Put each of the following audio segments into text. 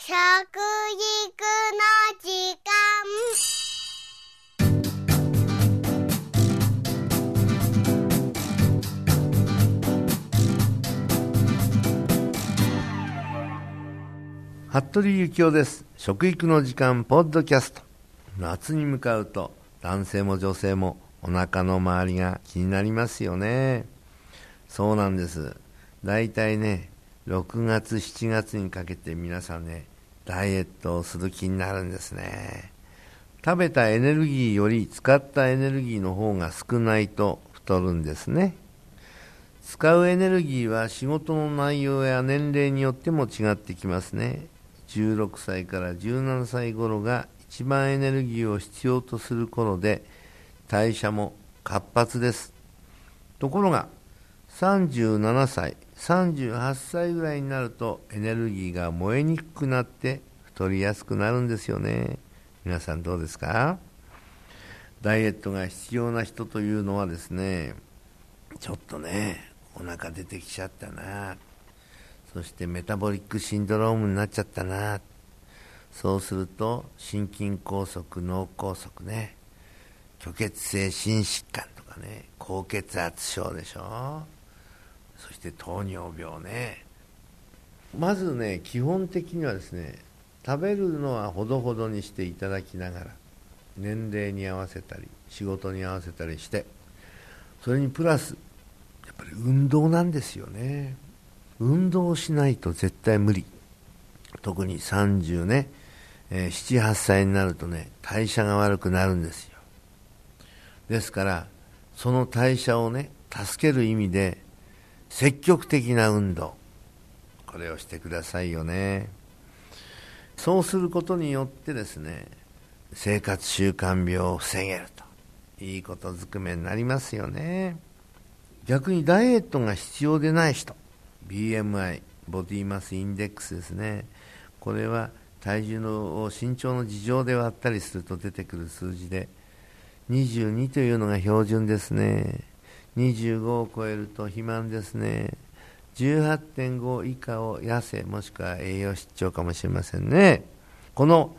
食育の時間。 服部幸男です。食育の時間ポッドキャスト。夏に向かうと男性も女性もお腹の周りが気になりますよね。そうなんです。だいたいね6月7月にかけて皆さんねダイエットをする気になるんですね。食べたエネルギーより使ったエネルギーの方が少ないと太るんですね。使うエネルギーは仕事の内容や年齢によっても違ってきますね。16歳から17歳頃が一番エネルギーを必要とする頃で、代謝も活発です。ところが37歳、38歳ぐらいになるとエネルギーが燃えにくくなって太りやすくなるんですよね。皆さんどうですか？ダイエットが必要な人というのはですね、ちょっとねお腹出てきちゃったな、そしてメタボリックシンドロームになっちゃったな、そうすると心筋梗塞、脳梗塞ね、虚血性心疾患とかね、高血圧症でしょ、そして糖尿病ね。まずね基本的にはですね、食べるのはほどほどにしていただきながら、年齢に合わせたり仕事に合わせたりして、それにプラスやっぱり運動なんですよね。運動をしないと絶対無理。特に30ね、7、8歳になるとね代謝が悪くなるんですよ。ですからその代謝をね助ける意味で積極的な運動、これをしてくださいよね。そうすることによってですね、生活習慣病を防げると、いいことずくめになりますよね。逆にダイエットが必要でない人、BMI、ボディマスインデックスですね。これは体重を身長の事情で割ったりすると出てくる数字で、22というのが標準ですね。25を超えると肥満ですね。18.5 以下を痩せ、もしくは栄養失調かもしれませんね。この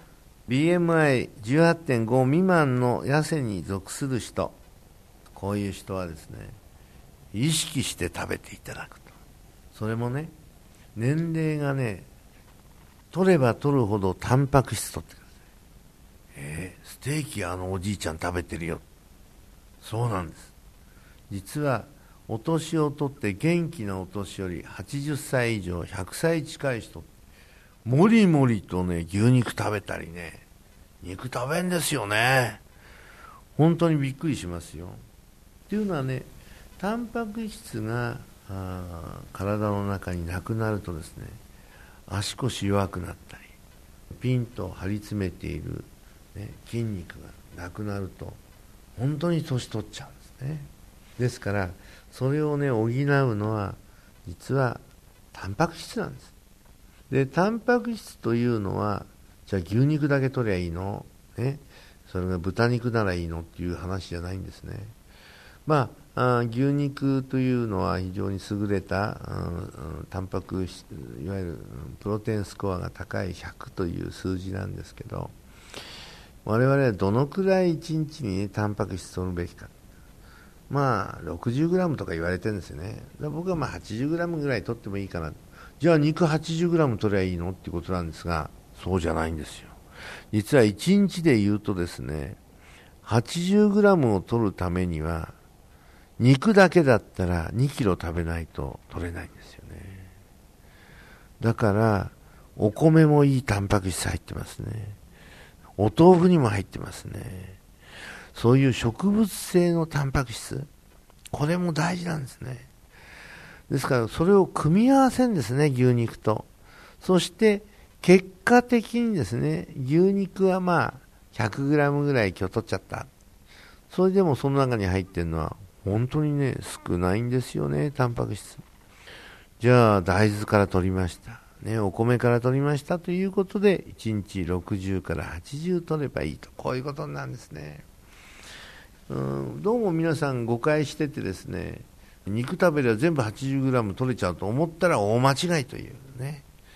BMI18.5 未満の痩せに属する人、こういう人はですね、意識して食べていただくと。それもね、年齢がね取れば取るほどタンパク質取ってください。ステーキおじいちゃん食べてるよ。そうなんです。実はお年を取って元気なお年寄り、80歳以上100歳近い人、もりもりとね牛肉食べたりね、肉食べんですよね。本当にびっくりしますよ。っていうのはね、タンパク質が体の中になくなるとですね、足腰弱くなったり、ピンと張り詰めている、ね、筋肉がなくなると本当に年取っちゃうんですね。ですからそれをね補うのは実はタンパク質なんです。でタンパク質というのは、じゃあ牛肉だけ取りゃいいの、ね、それが豚肉ならいいのっていう話じゃないんですね。牛肉というのは非常に優れたタンパク質、いわゆるプロテインスコアが高い100という数字なんですけど、我々はどのくらい1日に、ね、タンパク質を取るべきか、60g とか言われてるんですよね。僕は80g ぐらい取ってもいいかな。じゃあ肉 80g 取りゃいいのっていうことなんですが、そうじゃないんですよ。実は1日で言うとですね、80g を取るためには肉だけだったら2キロ食べないと取れないんですよね。だからお米もいいタンパク質入ってますね。お豆腐にも入ってますね。そういう植物性のタンパク質、これも大事なんですね。ですからそれを組み合わせるんですね、牛肉と。そして結果的にですね、牛肉は100g ぐらい今日取っちゃった。それでもその中に入ってるのは本当にね少ないんですよね、タンパク質。じゃあ大豆から取りました、ね、お米から取りましたということで1日60から80取ればいいと、こういうことなんですね。どうも皆さん誤解しててですね、肉食べれば全部 80g 取れちゃうと思ったら大間違いというね、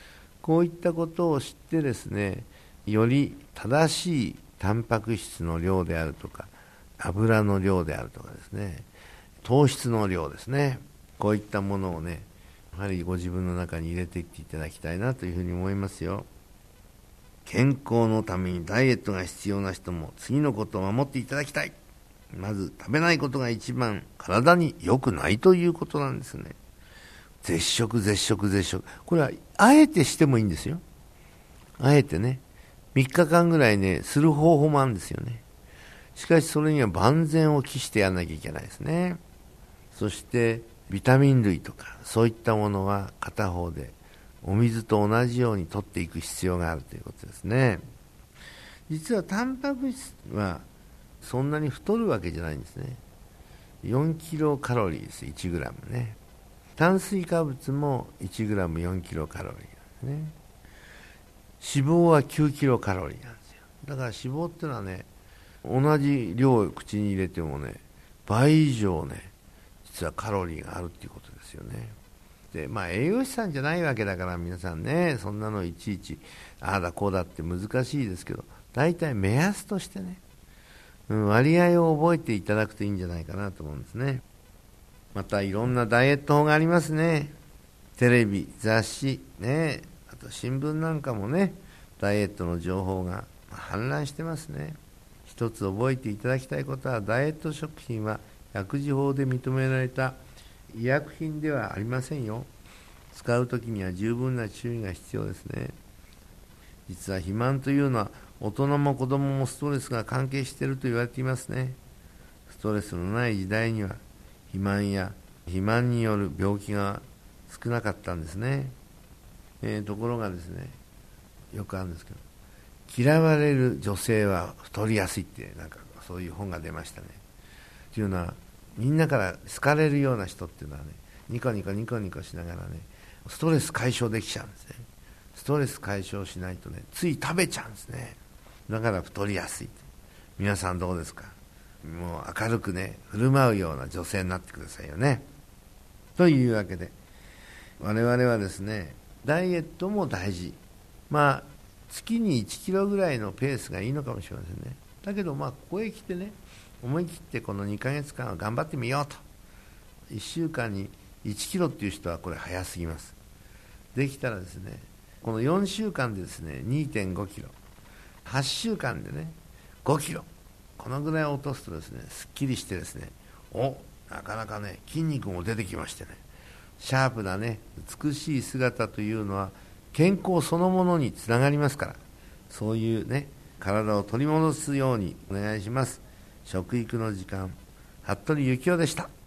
こういったことを知ってですね、より正しいタンパク質の量であるとか、油の量であるとかですね、糖質の量ですね、こういったものをね、やはりご自分の中に入れていっていただきたいなというふうに思いますよ。健康のためにダイエットが必要な人も次のことを守っていただきたい。まず食べないことが一番体に良くないということなんですね。絶食。これはあえてしてもいいんですよ。あえてね、3日間ぐらいね、する方法もあるんですよね。しかしそれには万全を期してやらなきゃいけないですね。そしてビタミン類とかそういったものは片方でお水と同じように取っていく必要があるということですね。実はタンパク質はそんなに太るわけじゃないんですね。4キロカロリーです、1グラムね。炭水化物も1グラム4キロカロリーなんですね。脂肪は9キロカロリーなんですよ。だから脂肪ってのはね、同じ量を口に入れてもね、倍以上ね、実はカロリーがあるっていうことですよね。で、栄養士さんじゃないわけだから皆さんね、そんなのいちいちああだこうだって難しいですけど、大体目安としてね、割合を覚えていただくといいんじゃないかなと思うんですね。またいろんなダイエット法がありますね。テレビ、雑誌ね、あと新聞なんかもね、ダイエットの情報が氾濫してますね。一つ覚えていただきたいことは、ダイエット食品は薬事法で認められた医薬品ではありませんよ。使うときには十分な注意が必要ですね。実は肥満というのは大人も子供もストレスが関係していると言われていますね。ストレスのない時代には肥満や肥満による病気が少なかったんですね。ところがですね、よくあるんですけど、嫌われる女性は太りやすいってなんかそういう本が出ましたね。というのは、みんなから好かれるような人っていうのはね、ニコニコしながらね、ストレス解消できちゃうんですね。ストレス解消しないとね、つい食べちゃうんですね。だから太りやすい。皆さんどうですか？もう明るくね、振る舞うような女性になってくださいよね。というわけで、我々はですね、ダイエットも大事。月に1キロぐらいのペースがいいのかもしれませんね。だけどここへ来てね、思い切ってこの2ヶ月間は頑張ってみようと。1週間に1キロっていう人はこれ早すぎます。できたらですね、この4週間でですね、2.5 キロ、8週間でね、5キロ、このぐらい落とすとですね、すっきりしてですね、なかなかね、筋肉も出てきましてね、シャープなね、美しい姿というのは健康そのものにつながりますから、そういうね、体を取り戻すようにお願いします。食育の時間、服部幸男でした。